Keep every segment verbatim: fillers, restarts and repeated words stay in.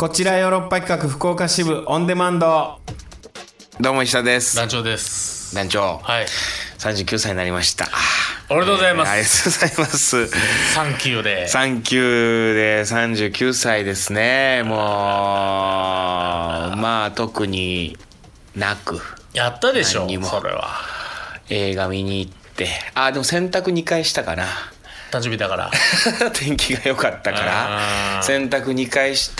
こちらヨーロッパ企画福岡支部オンデマンド。 どうも石田です。 団長です。 団長、 はい、 さんじゅうきゅうさいになりました。 おめでとうございます、 えー、ありがとうございます。 サンキューでサンキューでさんじゅうきゅうさいですね。もうまあ特になくやったでしょ。 何にもそれは映画見に行って、あでも洗濯にかいしたかな。 誕生日だから天気が良かったから洗濯にかいして、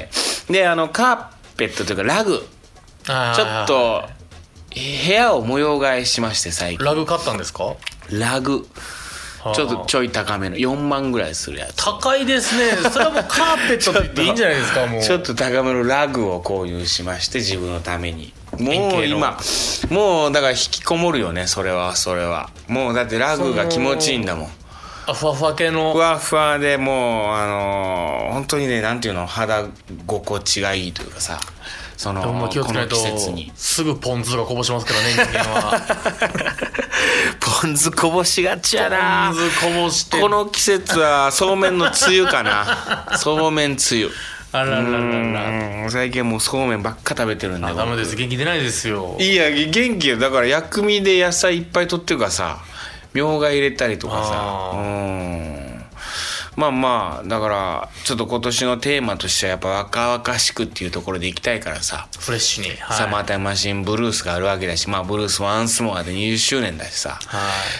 であのカーペットというかラグちょっと部屋を模様替えしまして、最近ラグ買ったんですか？ ラグちょっとちょい高めのよんまんぐらいするやつ。 高いですね。それはもうカーペットって言っていいんじゃないですか。もうちょっと高めのラグを購入しまして、自分のために。もう今もうだから引きこもるよね。それはそれはもうだってラグが気持ちいいんだもん。 あふわふわ系のふわふわで、もうあのー、本当にね、なんていうの、肌心地がいいというかさ、そのでももう気をつけないとこの季節にすぐポン酢がこぼしますからね、人間はポン酢こぼしがちやな。 ポン酢こぼしてこの季節はそうめんのつゆかな。そうめんつゆ。 あらららら、 最近もうそうめんばっか食べてるんで。 あダメです、元気出ないですよ。 いや元気よ。だから薬味で野菜いっぱい取ってるからさ、みょうが入れたりとかさ、うん、まあまあだからちょっと今年のテーマとしてはやっぱ若々しくっていうところでいきたいからさ、 フレッシュに、はい、 サマータイムマシンブルースがあるわけだし、まあブルースワンスモアでにじゅっしゅうねんだしさ、 はい、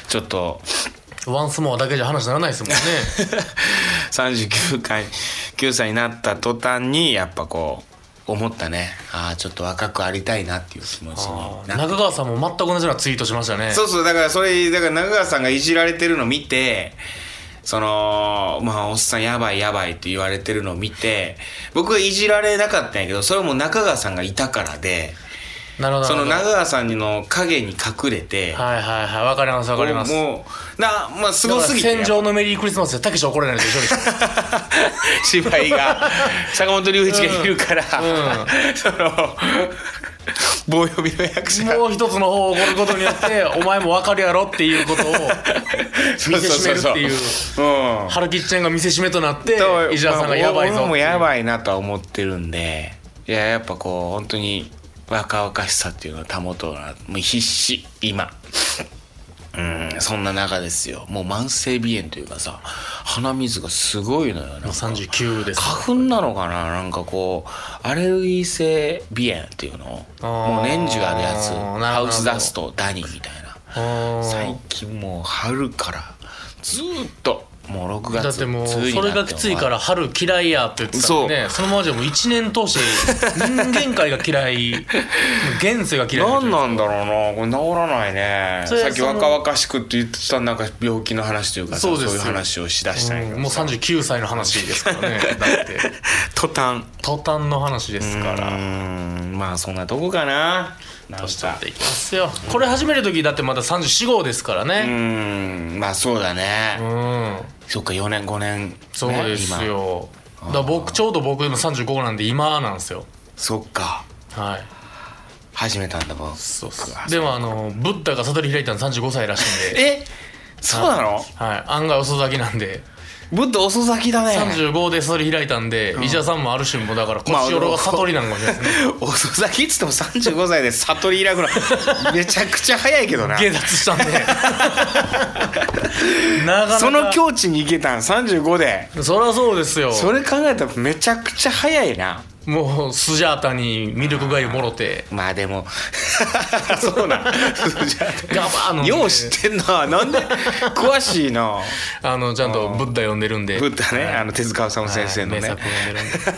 ちょっとワンスモアだけじゃ話にならないですもんねさんじゅうきゅうかいきゅうさいになった途端にやっぱこう思ったね。ああちょっと若くありたいなっていう気持ちに。 中川さんも全く同じようなツイートしましたね。 そうそう、だからそれだから中川さんがいじられてるの見て、そのまあおっさんやばいやばいって言われてるのを見て、僕はいじられなかったんやけど、それはもう中川さんがいたからで、 なるほど、 その中川さんの影に隠れて、 はいはいはい、わかりますわかります。 もうな、まあすごすぎて、 戦場のメリークリスマスでたけし怒れないでしょ芝居が坂本龍一がいるから、うんうん、その棒読みの役者もう一つの方を怒ることによってお前も分かるやろっていうことを見せしめるっていう、うん、春吉ちゃんが見せしめとなって石田さんがやばいぞっていう、まあ、 俺もやばいなとは思ってるんで、いややっぱこう本当に若々しさっていうのを保とうな、もう必死今。うん、そんな中ですよ。もう慢性鼻炎というかさ、鼻水がすごいのよ。なんかさんじゅうきゅうです、ね、 花粉なのかな、なんかこうアレルギー性鼻炎っていうの、もう年中あるやつ、ハウスダストダニみたいな。最近もう春からずっともうろくがつだってもうそれがきついから春嫌いやって言ってたんで、ね、そのままじゃもういちねん通して人間界が嫌い現世が嫌い。 何なんだろうな、これ治らないね。さっき若々しくって言ってたなんか病気の話というかさ、そういう話をしだしたんやけど、 もうさんじゅうきゅうさいの話ですからねだって途端途端の話ですから。 うーん、まあそんなとこかな。 年取っていきますよ。これ始める時だってまださんじゅうよん、ごですからね。 うーん、まあそうだね。うん、そっかよねんごねん、ね、 そうですよ。だから僕ちょうど僕今さんじゅうごなんで今なんですよ。 そっか、 はい、 始めたんだもん。 そうそう。でもあのブッダが悟り開いたのさんじゅうごさいらしいんでえ、そうなの？ はい、案外遅咲きなんで。 ブッダ遅咲きだね。 さんじゅうごで悟り開いたんで、うん、石田さんもある種もだから腰よろが悟りなんかもしれないですね、 まあ、遅咲きっつってもさんじゅうごさいで悟り開くのめちゃくちゃ早いけどな。 下脱したんでなかなかその境地に行けたんさんじゅうごで。 そりゃそうですよ。 それ考えたらめちゃくちゃ早いな。 もうスジャータにミルクがゆもろて、 まあでもそうなんスジャータガバーのよう知ってんな。なんで詳しいな。 あのちゃんとブッダ読んでるんで。 ブッダね、はい、あの手塚治虫先生のね、 名作読んでるんで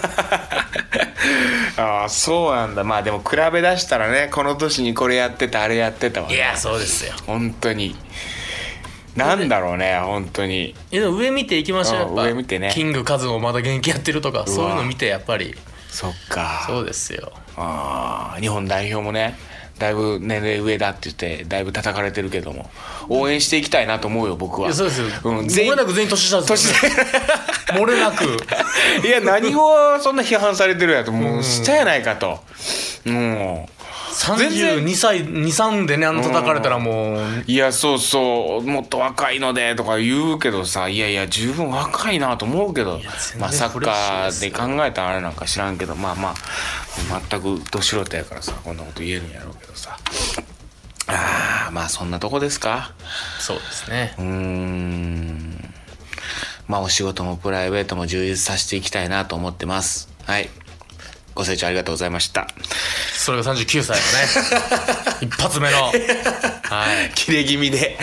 ああそうなんだ。まあでも比べ出したらね、この年にこれやってたあれやってたわ、ね、 いやそうですよ本当に。なんだろうね本当に。 いや上見ていきましょう。やっぱ上見てね、 キングカズもまだ元気やってるとかそういうの見てやっぱり。 そっかそうですよ。 あ日本代表もねだいぶ年齢上だって言ってだいぶ叩かれてるけども応援していきたいなと思うよ僕は。いやそうですよ、うん、 漏れなく全員年下ですよね。漏れなくいや何をそんな批判されてるやともう下やないかと。もうさんじゅうにさいに、さんでねあの叩かれたらもう、うん、 いやそうそうもっと若いのでとか言うけどさ、いやいや十分若いなと思うけど、まあサッカーで考えたらあれなんか知らんけど、まあまあ全くど素人やからさこんなこと言えるんやろうけどさ、ああまあそんなとこですか。 そうですね。 うーんまあお仕事もプライベートも充実させていきたいなと思ってます。はい、ご清聴ありがとうございました。 それがさんじゅうきゅうさいのね一発目の、はい、 切れ気味で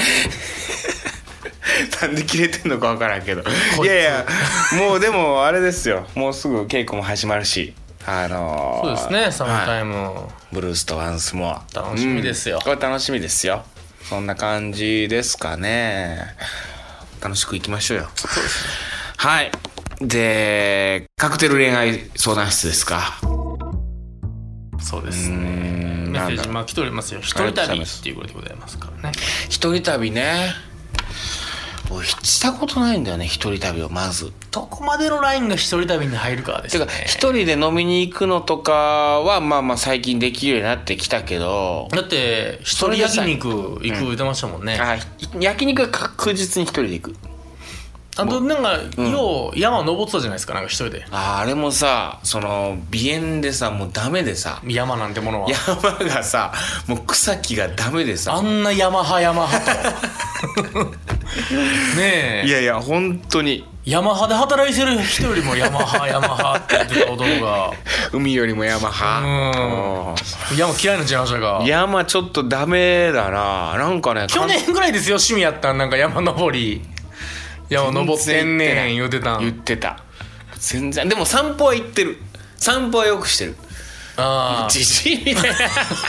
なんで切れてんのか分からんけど、いやいやもうでもあれですよ、もうすぐ稽古も始まるし、あのー、 そうですね、サムタイム、はい、 ブルースとワンスモア楽しみですよ、 うん、これ楽しみですよ。そんな感じですかね。楽しくいきましょうよ。 そうですね。 はい。でカクテル恋愛相談室ですか。 そうですね。メッセージまあ来ておりますよ。一人旅っていうことでございますからね。 一人旅ね、俺したことないんだよね一人旅を。まずどこまでのラインが一人旅に入るかですね。 てか一人で飲みに行くのとかはまあまあ最近できるようになってきたけど、 だって一人焼肉行く言ってましたもんね、 うん、あ焼肉は確実に一人で行く。 あとなんか、うん、よう山登ってたじゃないですか、なんか一人で。 ああれもさ、その鼻炎でさもうダメでさ、 山なんてものは山がさもう草木がダメでさ、 あんな山派山派とねえ、 いやいや本当に山派で働いてる人よりも山派山派って言ってた男が海よりも山派、 うん、山嫌いになっちゃいましたか。 山ちょっとダメだな。なんかね去年ぐらいですよ趣味やったん、なんか山登り山登ってんねん言ってたん。 言ってた。全然。でも散歩は行ってる。散歩はよくしてる。 ああじじいみたいな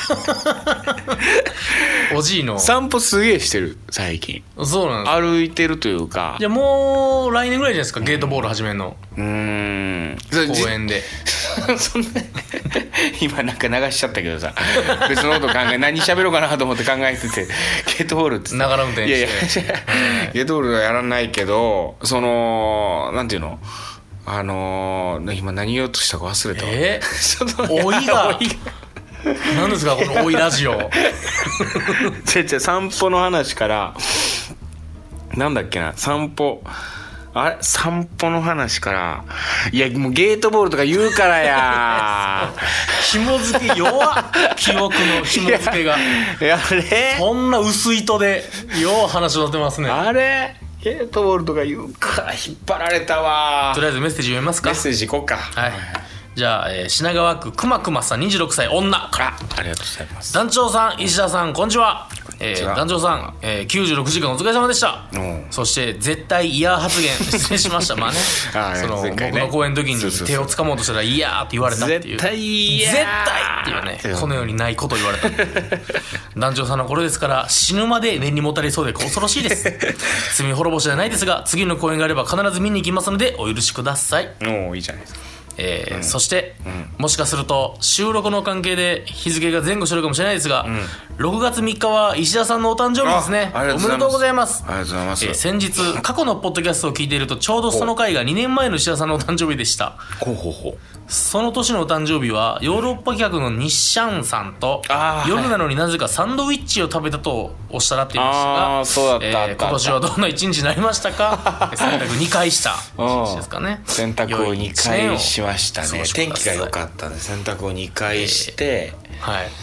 おじいの散歩すげえしてる最近。 そうなんですか。 歩いてるというか。 じゃあもう来年ぐらいじゃないですか、ゲートボール始めるの。 うーん公園でそんな今なんか流しちゃったけどさ、別のこと考え何喋ろうかなと思って考えてて、ゲートボールってながら運転して、 いやいやゲートボールはやらないけど、そのなんていうの、あのー、今何言おうとしたか忘れたわ。 えー、ちょっと老いが何ですかこの老いラジオちょちょ散歩の話からなんだっけな、散歩あれ散歩の話から、いやもうゲートボールとか言うからや紐付け弱っ記憶の紐付けが。 いやあれそんな薄い糸でよう話乗ってますね。 あれゲートボールとか言うから引っ張られたわ。 とりあえずメッセージ読みますか。 メッセージいこうか。 はい、じゃあ、えー、品川区くまくまさんにじゅうろくさい女から。 ありがとうございます。 団長さん石田さんこんにちは。えー、団長さん、えー、きゅうじゅうろくじかんお疲れ様でした。そして絶対イヤー発言失礼しましたまあねあその、ね、僕の講演の時に手を掴もうとしたらイヤーって言われたっていう、 絶対イヤー絶対っていうね、このようにないこと言われた団長さんの頃ですから死ぬまで念にもたれそうで恐ろしいです罪滅ぼしじゃないですが次の講演があれば必ず見に行きますのでお許しください。 おおいいじゃないですか。 えーうん、そして、 うん、 もしかすると収録の関係で日付が前後してるかもしれないですが、うん、ろくがつみっかは石田さんのお誕生日ですね。おめでとうございます。 ありがとうございます。 えー、先日過去のポッドキャストを聞いているとちょうどその回がにねんまえの石田さんのお誕生日でした。 ほうほうほう。 その年のお誕生日はヨーロッパ客のニッシャンさんと夜なのになぜかサンドウィッチを食べたとおっしゃっていましたが、 あそうだった、えー、今年はどんな一日になりましたか選択にかいした一日ですかね。 選択をにかいしましたね。天気が良かったんで選択をにかいして、 えー、はい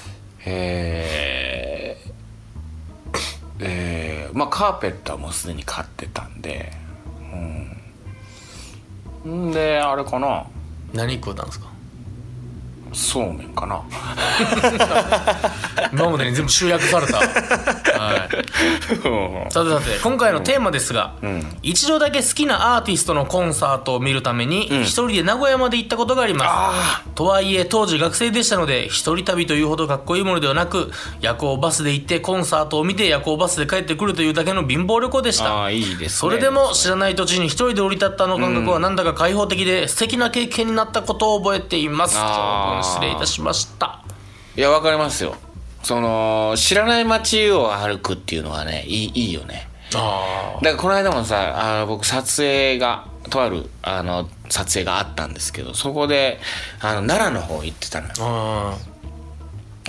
えー、えー、まあカーペットはもうすでに買ってたんで、うん、んであれかな、 何食うたんですか。 そうめんかな今までに全部集約された、はい、さてさて今回のテーマですが、うん、一度だけ好きなアーティストのコンサートを見るために、うん、一人で名古屋まで行ったことがあります。とはいえ当時学生でしたので一人旅というほどかっこいいものではなく、夜行バスで行ってコンサートを見て夜行バスで帰ってくるというだけの貧乏旅行でした。 あいいですね。 それでも知らない土地に一人で降り立ったあの感覚はなんだか開放的で素敵な経験になったことを覚えています。失礼いたしました。 いやわかりますよ。その知らない街を歩くっていうのはね、いい、いいよね。 あだからこの間もさ、あの僕撮影がとあるあの撮影があったんですけど、そこであの奈良の方行ってたのよ。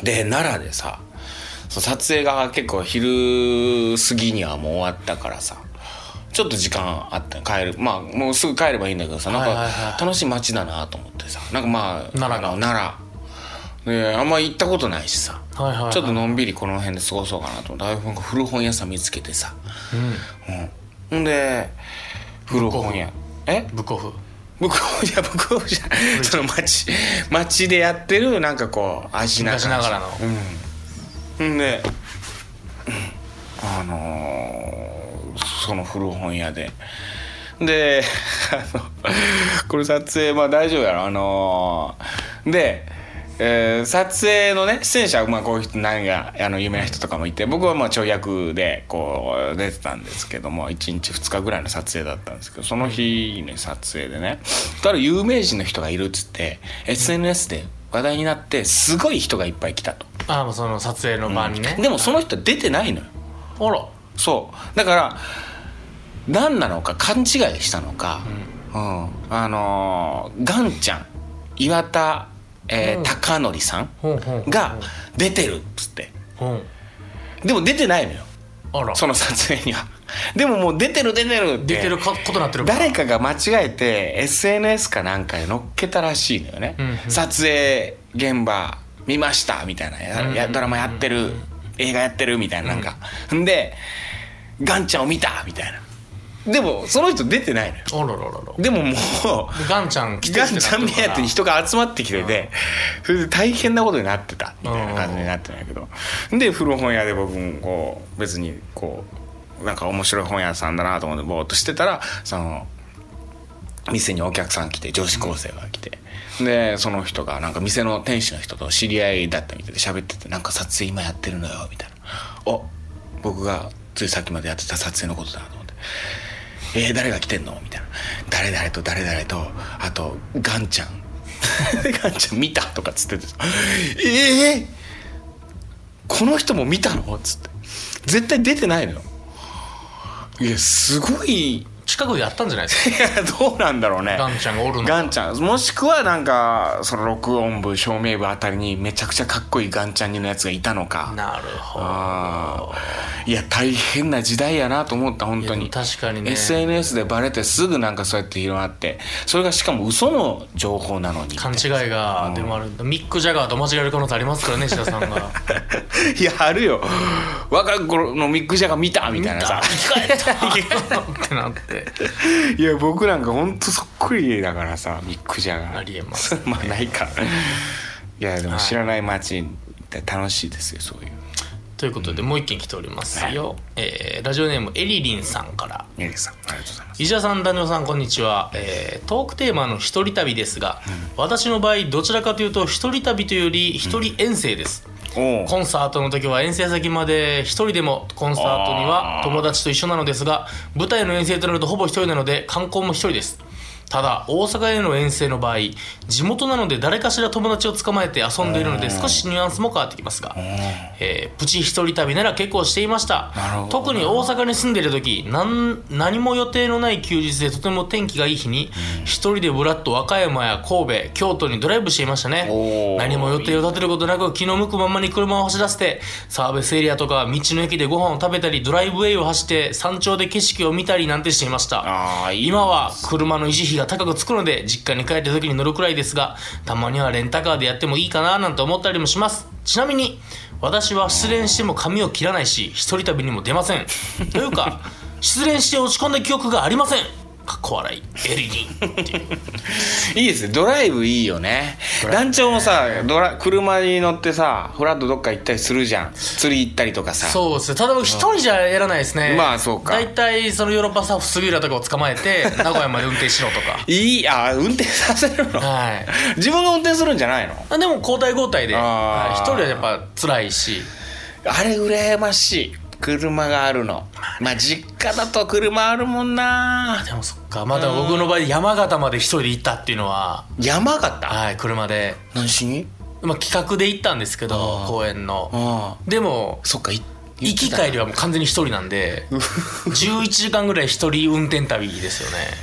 で奈良でさ、そう撮影が結構昼過ぎにはもう終わったからさ、ちょっと時間あった帰る、まあもうすぐ帰ればいいんだけどさ、なんか楽しい街だなと思ってさ、なんかまあ奈良が奈良であんま行ったことないしさ、 はいはいはい、 ちょっとのんびりこの辺で過ごそうかなと思って、古本屋さん見つけてさ、うんうん、ほんで古本屋えブックオフブックオフじゃブックオフじゃその街街でやってるなんかこう味ながら昔ながらの、 うん、んで、うん、あのーその古本屋でであのこれ撮影まあ大丈夫やろ、あのー、で、えー、撮影のね出演者はまあこういう人何があの有名な人とかもいて、僕はまあちょい役でこう出てたんですけども、いちにちふつかぐらいの撮影だったんですけど、その日ね撮影でねある有名人の人がいるっつって エスエヌエス で話題になって、すごい人がいっぱい来たと。 ああ、その撮影の場にね、 うん、でもその人出てないのよ。 あら、 そうだから何なのか勘違いしたのか、うんうん、あのー、ガンちゃん岩田、えーうん、貴則さんが出てるっつって、うん、でも出てないのよ、あらその撮影には。でももう出てる出てるって出てることなってるか誰かが間違えて エスエヌエス かなんかで載っけたらしいのよね、うんうん、撮影現場見ましたみたいな、や、やドラマやってる、うん、映画やってるみたいな、なんか、うん、でガンちゃんを見たみたいな。でもその人出てないのよ。 あらららら。 でももうガンちゃん来てガンちゃん目当てに人が集まってきてて、それで大変なことになってたみたいな感じになってないけど、で古本屋で僕もこう別にこうなんか面白い本屋さんだなと思ってぼーっとしてたら、その店にお客さん来て、女子高生が来て、うん、でその人がなんか店の店主の人と知り合いだったみたいで喋ってて、なんか撮影今やってるのよみたいな。お、僕がついさっきまでやってた撮影のことだと思って、えー、誰が来てんのみたいな。誰々と誰々とあとガンちゃんガンちゃん見たとかっつってて、えー、この人も見たのっつって、絶対出てないのよ。いやすごい近くでやったんじゃないですか。 いやどうなんだろうね、 ガンちゃんがおるのか。 ガンちゃんもしくはなんかその録音部照明部あたりにめちゃくちゃかっこいいガンちゃんにのやつがいたのか。 なるほど。 あ、いや大変な時代やなと思った本当に。 確かにね、 エスエヌエス でバレてすぐなんかそうやって広がって、それがしかも嘘の情報なのに勘違いがでもある、うん、ミック・ジャガーと間違える可能性ありますからね、石田さんがいやあるよ、若い頃のミック・ジャガー見たみたいなさ、 生き返ったってなっていや僕なんかほんとそっくりだからさ、ミック・ジャガーありえますまあないからいやでも知らない街って楽しいですよ、そういう。 ということで、うん、もう一件来ておりますよ、はい、えー、ラジオネームエリリンさんから。 エリリンさんありがとうございます。 石田さん、男女さん、こんにちは、えー、トークテーマの一人旅ですが、うん、私の場合どちらかというと一人旅というより一人遠征です、うん、コンサートの時は遠征先まで一人でも、コンサートには友達と一緒なのですが、舞台の遠征となるとほぼ一人なので観光も一人です。ただ大阪への遠征の場合、地元なので誰かしら友達を捕まえて遊んでいるので少しニュアンスも変わってきますが、えー、プチ一人旅なら結構していました。特に大阪に住んでいる時、何, 何も予定のない休日でとても天気がいい日に一人でぶらっと和歌山や神戸、京都にドライブしていましたね。何も予定を立てることなく気の向くままに車を走らせて、サービスエリアとか道の駅でご飯を食べたり、ドライブウェイを走って山頂で景色を見たりなんてしていました。今は車の維持費が高くつくので実家に帰った時に乗るくらいですが、たまにはレンタカーでやってもいいかななんて思ったりもします。ちなみに私は失恋しても髪を切らないし、一人旅にも出ませんというか失恋して落ち込んだ記憶がありません。かっこ笑いエリリンっていういいですね、ドライブいいよね。団長もさ、ドラ車に乗ってさ、フラッとどっか行ったりするじゃん、釣り行ったりとかさ。 そうですね、ただ一人じゃやらないですね、 うん、まあそうか。 大体そのヨーロッパサーフ杉浦とかを捕まえて名古屋まで運転しろとかいい、あ、運転させるの、はい、自分が運転するんじゃないの。 でも交代交代で、はい、一人はやっぱ辛いし、 あれ羨ましい、車があるの。まあ実家だと車あるもんな。 あ、でもそっか、まだ僕の場合山形まで一人で行ったっていうのは。 山形、 はい、車で。 何しに、 まあ、企画で行ったんですけど、公園の。でもそっか、 行き帰りはもう完全に一人なんでじゅういちじかんぐらい一人運転旅ですよね。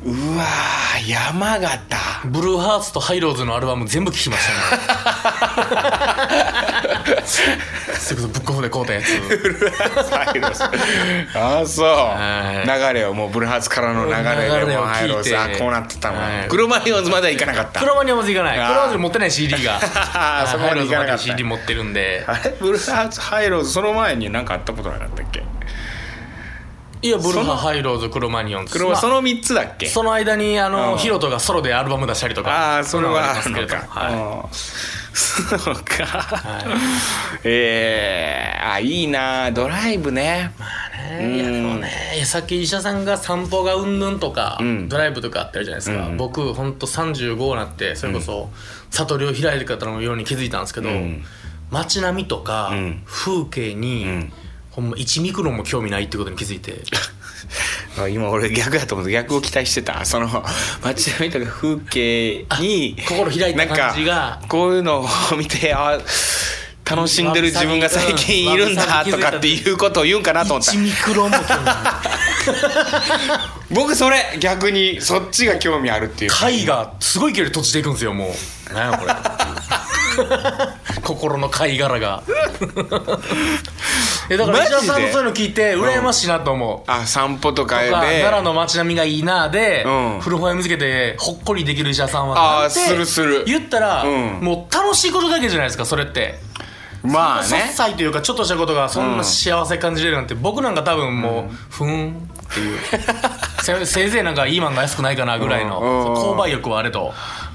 うわー山形ブルーハーツとハイローズのアルバム全部聴きましたねそれこそブックオフで買うたやつブルーハーツハイローズああそう、はい、流れをもうブルーハーツからの流れでもうハイローズあこうなってたの、はい、クロマニオンズまでは行かなかった。 クロマニオンズ行かない。クロマニオンズ持ってない シーディー がそこまで行かなかった。 シーディー 持ってるんで。 あれブルーハーツハイローズその前に何かあったことなかったっけ。 いやブルーハーハイローズクロマニオンズ、 まあ、そのみっつだっけ。 その間にあの、うん、ヒロトがソロでアルバム出したりとか。 ああそれはあるのか、はい、そうか、はい、えー、あいいなドライブね。 まあね、いやでもねさっき医者さんが散歩がうんぬんとか、うん、ドライブとかあったじゃないですか、うん、僕ほんとさんじゅうごになってそれこそ悟りを開いて方のように気づいたんですけど、うん、街並みとか、うん、風景に、うん、ほんまいちミクロンも興味ないってことに気づいて今俺逆やと思って逆を期待してた。その街並みとか風景に心開いた感じがなんかこういうのを見てあ楽しんでる自分が最近いるんだとかっていうことを言うんかなと思った。いちミクロンも興味ない僕それ逆にそっちが興味あるっていう。 貝がすごい勢いで閉じていくんですよもう。なんやこれ心の貝殻がえだから石田さんのそういうの聞いて羨ましいなと思う、 うん、あ散歩とかで奈良の街並みがいいなで、うん、古本屋見つけてほっこりできる石田さんはあするする言ったら、うん、もう楽しいことだけじゃないですかそれって。 まあね些細というかちょっとしたことがそんな幸せ感じれるなんて、うん、僕なんか多分もう、うん、ふーんっていうせ, せいぜいなんかいい漫画安くないかなぐらいの、うん、購買欲はあれと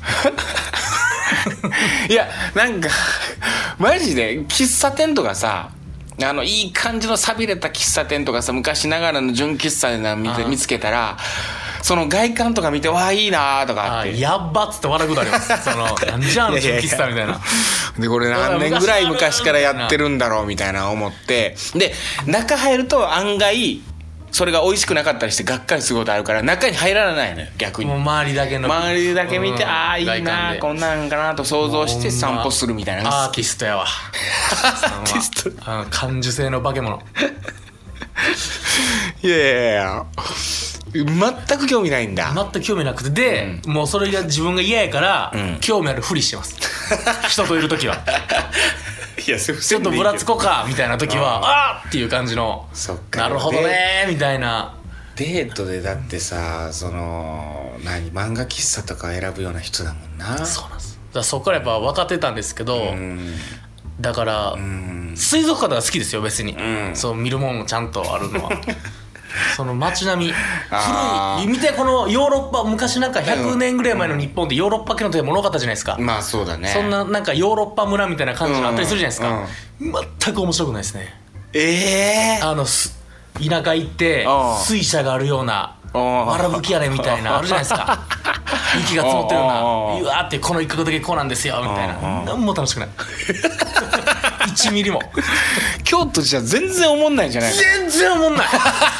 いやなんかマジで喫茶店とかさあのいい感じの寂れた喫茶店とかさ昔ながらの純喫茶でな 見, て見つけたらその外観とか見てわあいいなとかあってやっばっつって笑うことありますそのなんじゃあの純喫茶みたいな。 でこれ何年ぐらい昔からやってるんだろうみたいな思ってで中入ると案外それが美味しくなかったりしてがっかりすることあるから中に入らないのよ逆に。 もう周りだけの周りだけ見て、うん、ああいいなこんなんかなと想像して散歩するみたいな。 アーティストやわアーティストあの感受性の化け物いやいやいや全く興味ないんだ。 全く興味なくてで、うん、もうそれが自分が嫌やから、うん、興味あるふりしてます人といるときはいやちょっとぶらつこかみたいな時はあーっていう感じのそっかなるほどねみたいな。 デートでだってさその何漫画喫茶とか選ぶような人だもんな。 そうなんです。だからそこからやっぱ分かってたんですけど、うん、だからうん水族館とか好きですよ別に、うん、そう見るもんもちゃんとあるのはその街並み古い見てこのヨーロッパ昔なんかひゃくねんぐらい前の日本ってヨーロッパ系の建物多かったじゃないですか。 まあそうだね。 そんななんかヨーロッパ村みたいな感じのあったりするじゃないですか、うんうん、全く面白くないですね。 ええー、 あの田舎行って水車があるようなわらぶき屋根みたいなあるじゃないですか雪が積もってるようなうわーってこの一角だけこうなんですよみたいな何も楽しくないいちミリも京都じゃ全然おもんないんじゃないの。 全然おもんない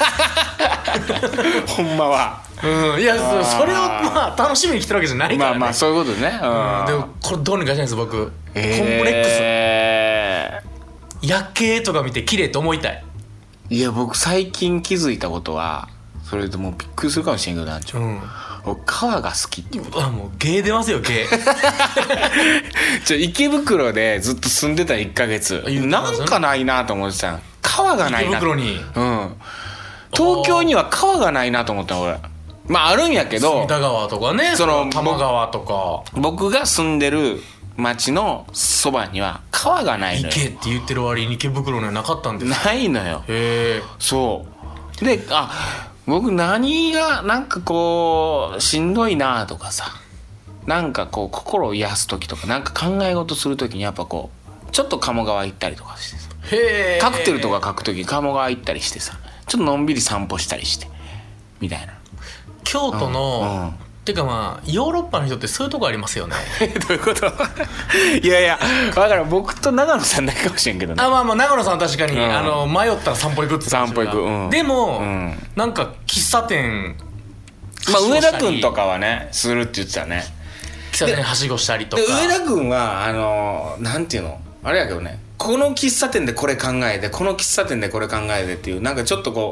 ほんまは、 うん、いやそれをまあ楽しみに来てるわけじゃないからね。 まあまあそういうことね、 うん、でもこれどうにかしないんです僕、えー、コンプレックス夜景とか見て綺麗と思いたい。 いや僕最近気づいたことはそれでもうびっくりするかもしれんけど団長、うん、川が好きっていうこと。 あもう芸出ますよ芸ちょ池袋でずっと住んでたいっかげつなんかないなと思ってた。川がないな。 池袋に、 うん、東京には川がないなと思った俺。まああるんやけど隅田川とかねその多摩川とか僕が住んでる町のそばには川がないのよ。 池って言ってる割に池袋にはなかったんですか。ないのよ。 へえ。 そうであ僕何がなんかこうしんどいなとかさなんかこう心を癒す時とかなんか考え事する時にやっぱこうちょっと鴨川行ったりとかしてさへカクテルとか書く時鴨川行ったりしてさちょっとのんびり散歩したりしてみたいな。 京都の、うんうん、てかまあヨーロッパの人ってそういうとこありますよねどういうこといやいやだから僕と長野さんだけかもしれんけどね。 あまあまあ長野さんは確かに、うん、あの迷ったら散歩行くって散歩行く、うん、 でも、うん、なんか喫茶店まあ上田君とかはねするって言ってたね。 喫茶店はしごしたりとか。 で上田君はあのなんていうのあれやけどねこの喫茶店でこれ考えてこの喫茶店でこれ考えてっていうなんかちょっとこう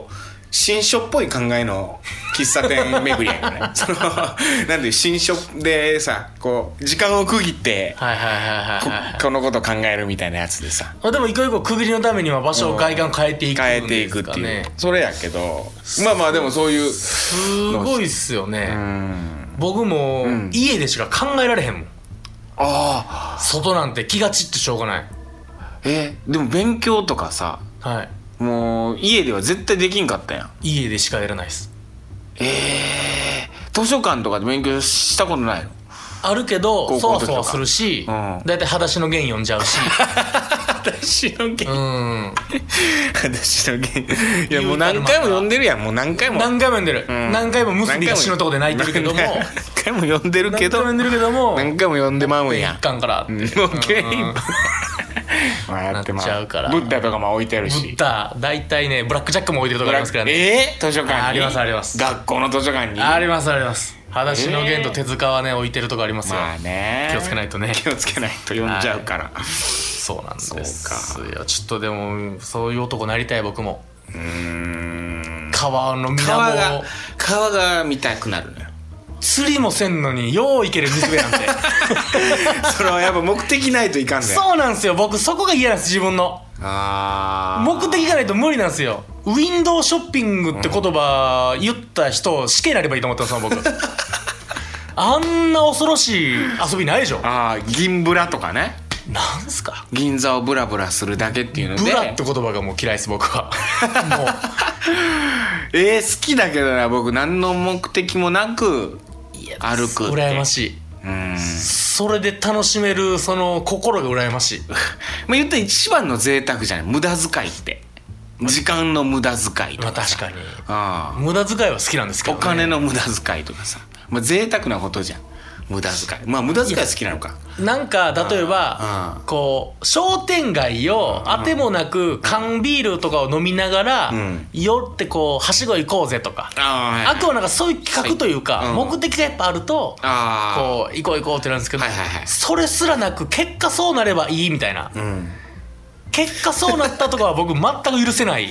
新書っぽい考えの喫茶店巡りやよねそのなんで新書でさこう時間を区切ってはいはいはいはい、はい、 こ, このこと考えるみたいなやつでさあでも一個一個区切りのためには場所を外観変えていくんですかね、 変えていくっていうそれやけどまあまあでもそういうすごいっすよね。僕も家でしか考えられへんもん、 ああ外なんて気が散ってしょうがない。 えー、でも勉強とかさ、 はい、 もう家では絶対できんかったやん。 家でしかやらないっす。 えー、図書館とかで勉強したことないの？ あるけどそわそわするし、 うん、 だいたい裸足の弦読んじゃうし裸足の弦うん裸足の弦いやもう何回も読んでるやん。もう何回も何回も読んでる、うん、何回も結びが死ぬとこで泣いてるけども何回も読んでるけど何回も読んでるけども何回も読んでまうんや。 一巻からって、うん、 もうゲームまあやってまう。 なっちゃうからブッダとかも置いてあるし。 ブッダ大体ねブラックジャックも置いてるとこありますからね。 えー、図書館にありますあります。 学校の図書館にありますあります。裸足の弦と手塚はね置いてるとこありますよ。 まあね気をつけないとね気をつけないと読んじゃうから、 はい、そうなんですそうか。 いやちょっとでもそういう男になりたい僕も。 うーん川の水面川がを川が見たくなるのよ。 釣りもせんのによういける水辺なんてそれはやっぱ目的ないといかんね。 そうなんですよ。僕そこが嫌なんです。自分のあ目的がないと無理なんですよ。ウィンドウショッピングって言葉言った人死刑になればいいと思ってます僕あんな恐ろしい遊びないでしょ。 ああ銀ブラとかね。 なんすか銀座をブラブラするだけっていうのでブラって言葉がもう嫌いです僕はもうえー、好きだけどな僕何の目的もなく歩くって羨ましい。うんそれで楽しめるその心が羨ましいまあ言ったら一番の贅沢じゃない無駄遣いって時間の無駄遣いとか、 まあ、確かにあ無駄遣いは好きなんですけど、ね、 お金の無駄遣いとかさ、まあ、贅沢なことじゃん無駄遣い。まあ無駄遣い好きなのか。 なんか例えばこう商店街をあてもなく缶ビールとかを飲みながら寄ってこうはしご行こうぜとか、あくまなんかそういう企画というか目的がやっぱあるとこう行こう行こうってなんですけど、それすらなく結果そうなればいいみたいな、結果そうなったとかは僕全く許せない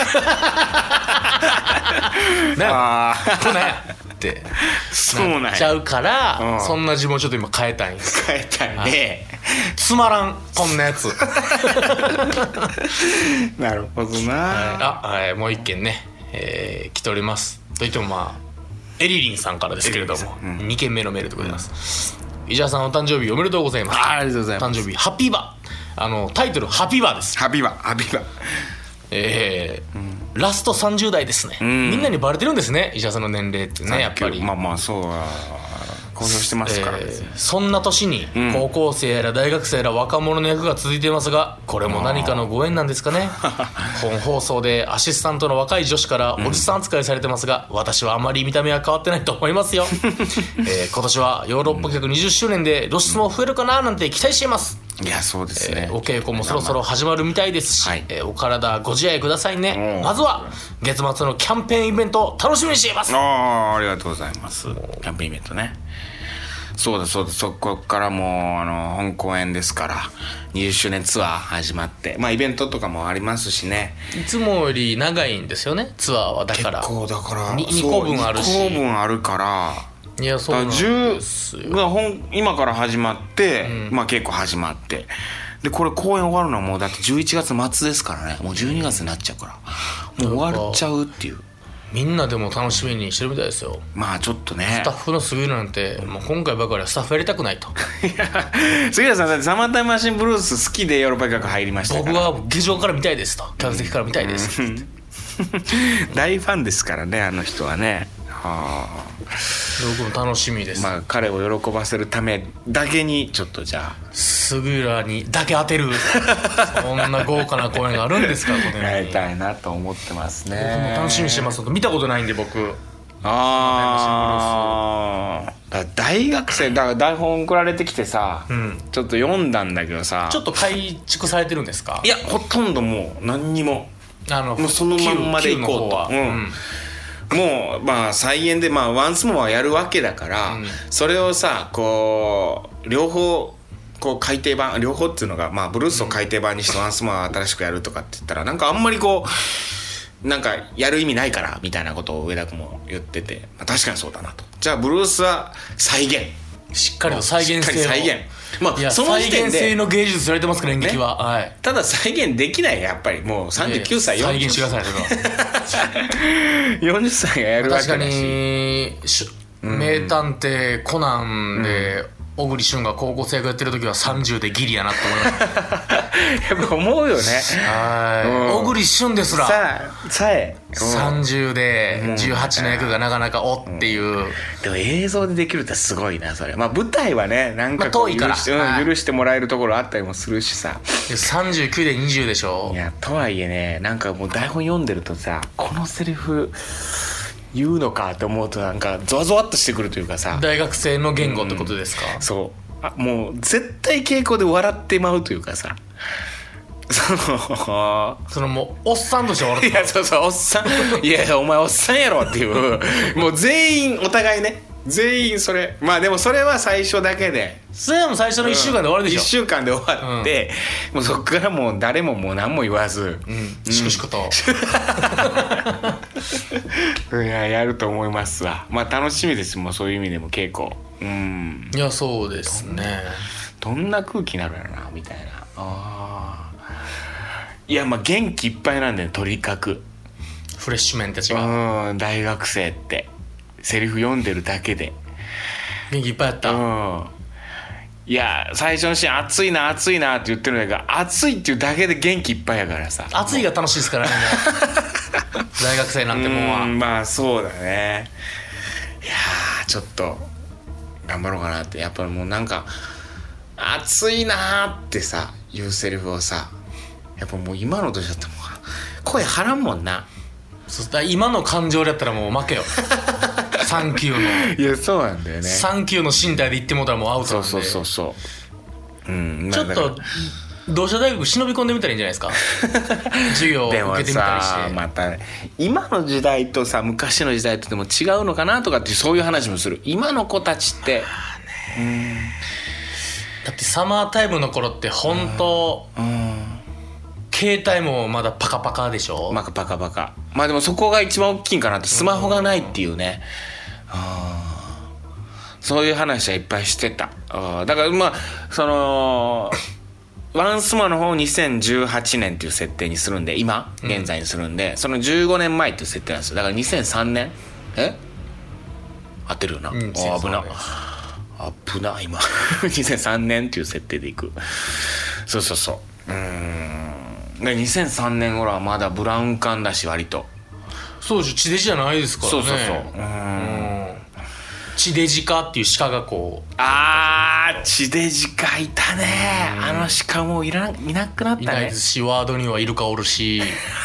なこれってなっちゃうから、うん、そんな自分をちょっと今変えたいんです変えたいね。 つまらんこんなやつなるほどな、 はい、あ、はい、もう一件ね、えー、来ております。といってもまあエリリンさんからですけれども、うん、にけんめのメールでございます、うん、伊沢さんお誕生日おめでとうございます。 あ, ありがとうございます。 誕生日ハッピーバー、あのタイトルハッピーバーです。 ハッピーバーハッピーバーえーうん、ラストさんじゅう代ですね、うん、みんなにバレてるんですね伊沢さんの年齢ってね。やっぱりまあまあそうは公表してますから、ね、えー、 そんな年に高校生やら大学生やら若者の役が続いていますが、これも何かのご縁なんですかね。本放送でアシスタントの若い女子からおじさん扱いされてますが、うん、私はあまり見た目は変わってないと思いますよ、えー、今年はヨーロッパ企画にじゅっしゅうねんで露出も増えるかななんて期待しています。 いやそうですね、 えー、お稽古もそろそろ始まるみたいですし、はい、えー、お体ご自愛くださいね。まずは月末のキャンペーンイベントを楽しみにしています。 ああありがとうございます。キャンペーンイベントね。そうだそうだ、そこからもうあの本公演ですからにじゅっしゅうねんツアー始まって、まあイベントとかもありますしね。 いつもより長いんですよねツアーは。だから結構だからにこぶんあるしにこぶんあるからいやそうなんですよ。 が本今から始まって、うん、まあ稽古始まってでこれ公演終わるのはもうだってじゅういちがつ末ですからね。もうじゅうにがつになっちゃうからもう終わっちゃうっていう。 みんなでも楽しみにしてるみたいですよ。 まあちょっとねスタッフのすぎるなんてもう今回ばかりはスタッフやりたくないと。 いや杉田さんだってサマータイムマシンブルース好きでヨーロッパ企画入りましたから。 僕は議場から見たいですと客席から見たいですって、 大ファンですからねあの人はね。はあ、 僕も楽しみです。 まあ彼を喜ばせるためだけにちょっとじゃあ杉浦にだけ当てるそんな豪華な公演があるんですかこれやりたいなと思ってますね。 僕も楽しみにしてますと。見たことないんで僕。 ああだ大学生だから台本送られてきてさ、うん、ちょっと読んだんだけどさ。 ちょっと改築されてるんですか。 いやほとんどもう何にもあのもうそのまんまでいこうと。うん、もうまあ再演でまあワンスモアやるわけだから、うん、それをさこう両方こう改訂版両方っていうのがまあブルースを改訂版にしてワンスモア新しくやるとかって言ったらなんかあんまりこうなんかやる意味ないからみたいなことを上田君も言ってて、まあ、確かにそうだなと。じゃあブルースは再現しっかりと再現性をしっかり再現、まあ、その時再点で現性の芸術されてますから演劇は、ね、はい、 ただ再現できないやっぱりもうさんじゅうきゅうさい、 再現してくださいそれはよんじゅっさいがやるわけだし、 確かに名探偵コナンで、うん小栗旬が高校生がやってる時はさんじゅうでギリやなって思いましたやっぱ思うよね。 はい、うん、小栗旬ですらさあさえさんじゅうでじゅうはちの役がなかなかおっていう、うん、 でも映像でできるってすごいなそれ。まあ舞台はねなんかこう許して、 まあ遠いから、 うん、許してもらえるところあったりもするしさ、 さんじゅうきゅうでにじゅうでしょ。 いやとはいえねなんかもう台本読んでるとさこのセリフ言うのかって思うとなんかゾワゾワっとしてくるというかさ、 大学生の言語ってことですか、 うん、そうあもう絶対稽古で笑ってまうというかさそのそのもうおっさんとして笑っていやそうそうおっさんいやいやお前おっさんやろっていうもう全員お互いね全員それまあでもそれは最初だけでそれでも最初のいっしゅうかんで終わるでしょ、 うん、いっしゅうかんで終わって、うん、もうそっからもう誰ももう何も言わず、 うん、しくしくといややると思いますわ。まあ楽しみですもうそういう意味でも稽古。うんいやそうですねどんな空気になるやろなみたいな。あいやまあ元気いっぱいなんだよとにかくフレッシュメンたちがうん大学生ってセリフ読んでるだけで元気いっぱいやった。 うんいや最初のシーン暑いな暑いなって言ってるんだけど暑いっていうだけで元気いっぱいやからさ暑いが楽しいですからねもう大学生なんてもんはうんまあそうだね。いやちょっと頑張ろうかなってやっぱりもうなんか暑いなってさいうセリフをさやっぱもう今の年だったらもう声張らんもんな。 そうだ今の感情だったらもう負けよサンキューのいやそうなんだよねサンキューの身体で言ってもうたらもうアウトなんでそうそうそうそううんちょっと同志社大学忍び込んでみたらいいんじゃないですか授業を受けてみたりして。 でもさまた今の時代とさ昔の時代とでも違うのかなとかってそういう話もする。今の子たちってうんだってサマータイムの頃って本当、うん、携帯もまだパカパカでしょ。 まあパカパカまあでもそこが一番大きいんかなってスマホがないっていうね、うん、そういう話はいっぱいしてた。だからまあそのワンスマの方をにせんじゅうはちねんっていう設定にするんで今現在にするんで、うん、そのじゅうごねんまえっていう設定なんですよ。だからにせんさんねんえ合ってるよな、うん、危な危な今にせんさんねんっていう設定でいく。そうそうそううーんでにせんさんねん頃はまだブラウン管だし割とそうでしょ地デジじゃないですからね。 そうそうそううん地デジ化っていう鹿がこうあー地デジ化いたね。あの鹿もういらいなくなったね。いないですしワードにはイルカおるし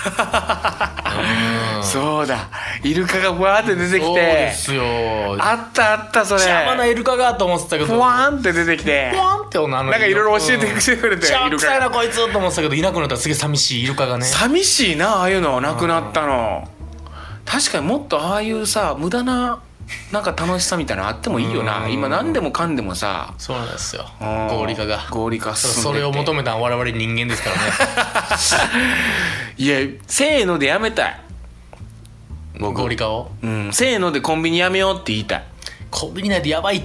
うんそうだイルカがふわーって出てきてそうですよあったあったそれ邪魔なイルカがと思ってたけどふわーんって出てきてふわーんって女のなんかいろいろ教えてくれて、 うん、 イルカ臭いなこいつと思ってたけどいなくなったらすげえ寂しいイルカがね。 寂しいなああいうのなくなったの。確かにもっとああいうさ無駄ななんか楽しさみたいなのあってもいいよな。今何でもかんでもさそうなんですよ合理化が合理化進んでてそれを求めた我々人間ですからねいやせーのでやめたい合理化をうんせーのでコンビニやめようって言いたい。 コンビニないでやばいって。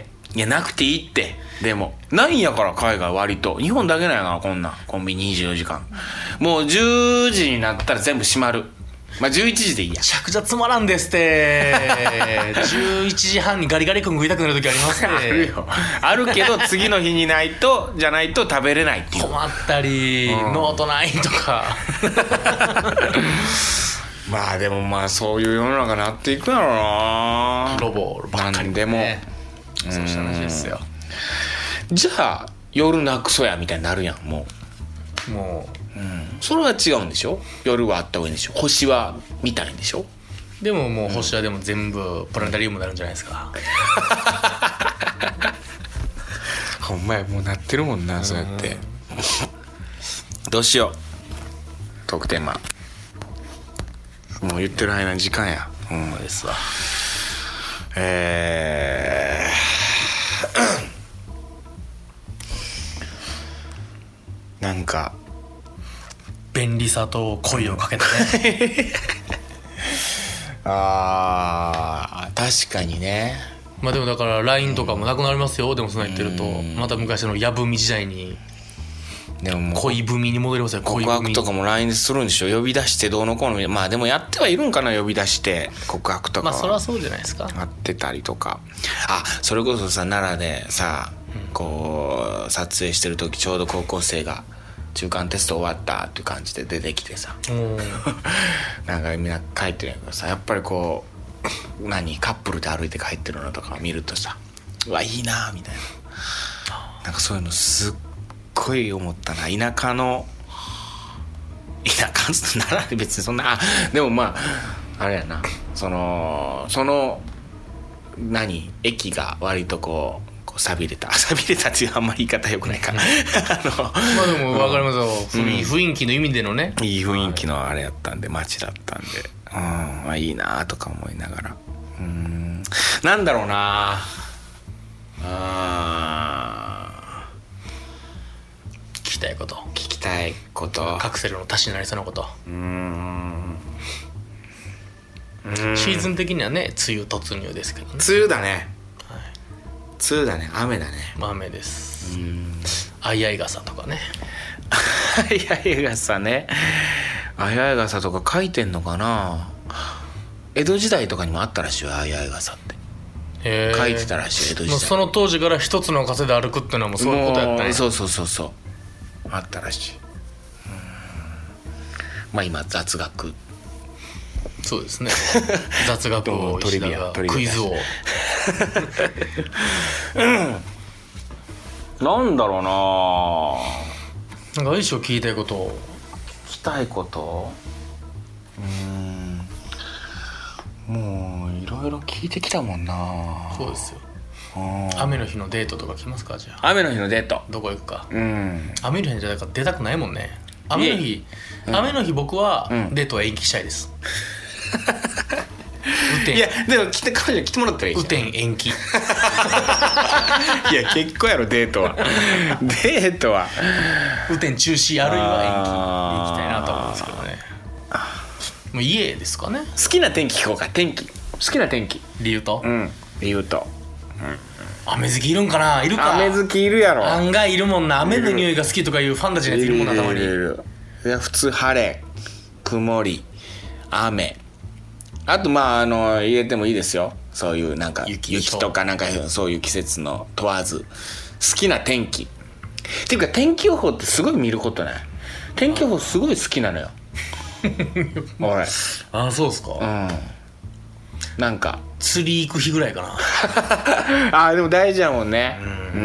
いやなくていいってでもないんやから海外割と日本だけなんやからこんなんコンビニにじゅうよじかんもうじゅうじになったら全部閉まる。まあじゅういちじでいいや。 めちゃくちゃつまらんですってじゅういちじはんにガリガリ君食いたくなる時ありますねあるよあるけど次の日にないとじゃないと食べれないっていう困ったり、うん、ノートないとかまあでもまあそういう世の中になっていくやろうな。 ロボばっかり、ね、 なんでもそうした話ですよ。 じゃあ夜なクソやみたいになるやんもうもう、 うん、それは違うんでしょ。夜はあった方がいいんでしょ。星は見たいんでしょ。 でももう星はでも全部プラネタリウムになるんじゃないですかほんまやもうなってるもんなそうやってどうしようトークテーマもう言ってる間に時間や。 ほんまですわ。 えーなんか便利さと恋をかけたねあー確かにね。 まあでもだから ライン とかもなくなりますよ。でもそんな言ってるとまた昔のやぶみ時代にでももう恋文に戻りますよ。恋告文白とかも ライン でするんでしょ。呼び出してどうのこうの。まあでもやってはいるんかな、呼び出して告白とかは。 まあそれはそうじゃないですか。 やってたりとか。あ、それこそさ奈良でさ、こう撮影してる時ちょうど高校生が中間テスト終わったっていう感じで出てきてさなんかみんな帰ってるんやけどさ、やっぱりこう何カップルで歩いて帰ってるのとか見るとさ、うわいいなみたいな、なんかそういうのすっごい思ったな。田舎の田舎奈良で別にそんな、あでもまああれやな、そのその何駅が割とこう錆びれた錆びれたっていうあんまり言い方よくないかなあのまあでも分かりますよ、うん、雰囲気の意味でのね、 いい雰囲気のあれやったんで、街だったんで、うん、まあいいなとか思いながら、うーんなんだろうなあ聞きたいこと、 聞きたいことカクセルの足しになりそうなこと。 うーんシーズン的にはね梅雨突入ですけどね。 梅雨だね、はい、梅雨だね、雨だね、 雨です。あいあい傘とかねあいあい傘ね、あいあい傘とか書いてんのかな。江戸時代とかにもあったらしいよ、あいあい傘って。 へ書いてたらしい、江戸時代。 その当時から一つの傘で歩くっていうのはもうそういうことやったね。 そうそうそうそう、あったらしい。うん、まあ今雑学、 そうですね雑学を石田がクイズをなんだろうな、 なんか一生聞きたいことを聞きたいこと、うーんもういろいろ聞いてきたもんな。 そうですよ。雨の日のデートとか来ますか。じゃあ雨の日のデートどこ行くか。 うん雨の日じゃ出たくないもんね。雨の日、うん、雨の日僕はデートは延期したいです、うん、 いやでも来て彼女来てもらったらいいじゃん。 雨天延期いや結構やろデートはデートは雨天中止あるいは延期で行きたいなと思うんですけどね。もう家ですかね。 好きな天気聞こうか。天気好きな天気理由と、 うん、理由と、 うん、雨好きいるんかな。いるか。 雨好きいるやろ。 案外いるもんな。雨の匂いが好きとかいうファンタジーのやついるもんな。たまにいる。いや普通晴れ曇り雨、あとまああの入れてもいいですよ、そういうなんか 雪, 雪とかなんかそういう季節の問わず好きな天気っていうか、天気予報ってすごい見ることない。天気予報すごい好きなのよ俺。 ああそうですか。 うんなんか釣り行く日ぐらいかなああでも大事やもんね。うん、うん、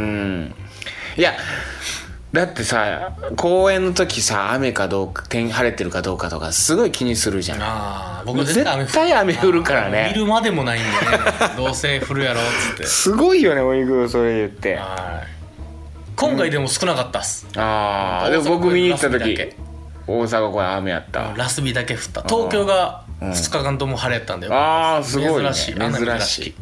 いやだってさ公演の時さ雨かどうか天晴れてるかどうかとかすごい気にするじゃん。 あ僕絶対雨降るからね。 見るまでもないんでねどうせ降るやろっつってすごいよねおいぐそれ言って。 はい今回でも少なかったっす、 うん、ああでも僕見に行った時大阪公演雨やった。 ラスビだけ降った。東京がふつかかんとも晴れやったんで、 うん、ああすごい、ね、 珍しい珍しい。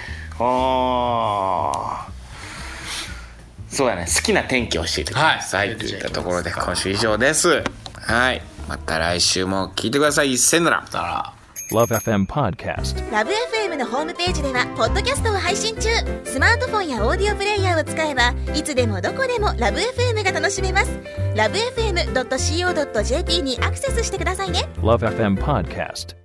ああそうやね。好きな天気を教えてください、はい、といったところで今週以上です。はい、また来週も聞いてください。さよなら。 Love エフエム Podcast。 ラブ エフエム のホームページではポッドキャストを配信中。スマートフォンやオーディオプレイヤーを使えばいつでもどこでもラブ エフエム が楽しめます。ラブ エフエムドットシーオードットジェーピー にアクセスしてくださいね。 Love エフエム Podcast